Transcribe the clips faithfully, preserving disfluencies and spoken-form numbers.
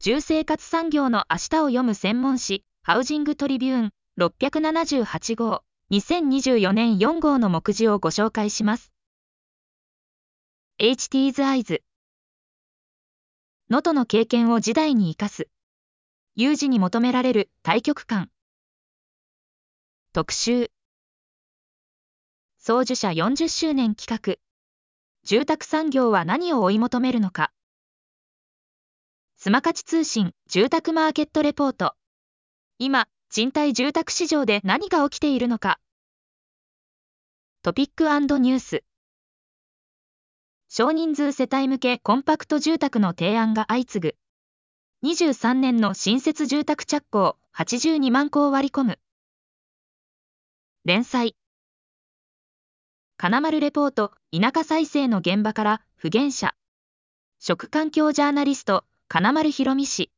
住生活産業の明日を読む専門誌、ハウジングトリビューンろっぴゃくななじゅうはちごう、にせんにじゅうよねんよんごうの目次をご紹介します。エイチティーズ アイズ。能登の経験を時代に生かす。有事に求められる大局観。特集。創樹者よんじゅっしゅうねん企画。住宅産業は何を追い求めるのか。スマカチ通信住宅マーケットレポート。今、賃貸住宅市場で何が起きているのか。トピック&ニュース。少人数世帯向けコンパクト住宅の提案が相次ぐ。にじゅうさんねんの新設住宅着工はちじゅうにまんこを割り込む。連載。金丸レポート、田舎再生の現場から不言者。食環境ジャーナリスト、金丸博美氏。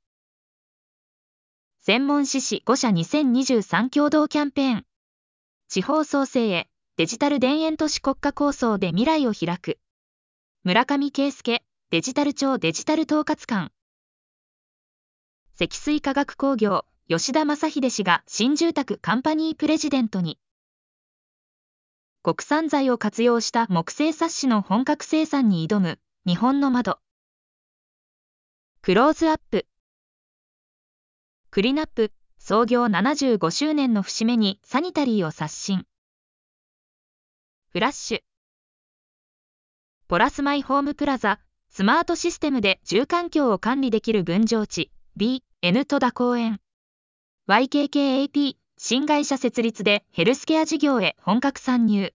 専門誌誌ご社にせんにじゅうさん共同キャンペーン。地方創生へ、デジタル田園都市国家構想で未来を開く。村上圭介、デジタル庁デジタル統括官。積水化学工業、吉田正秀氏が新住宅カンパニープレジデントに。国産材を活用した木製サッシの本格生産に挑む、日本の窓。クローズアップ。クリナップ、創業ななじゅうごしゅうねんの節目にサニタリーを刷新。フラッシュ。ポラスマイホームプラザ、スマートシステムで住環境を管理できる分譲地、ビーエヌ 戸田公園。ワイケーケーエーピー、新会社設立でヘルスケア事業へ本格参入。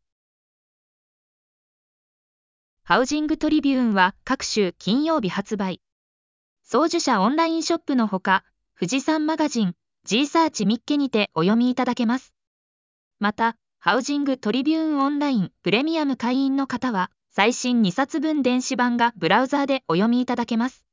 ハウジングトリビューンは各週金曜日発売。創樹者オンラインショップのほか、富士山マガジン、G サーチミッケにてお読みいただけます。また、ハウジングトリビューンオンラインプレミアム会員の方は、最新にさつぶん電子版がブラウザーでお読みいただけます。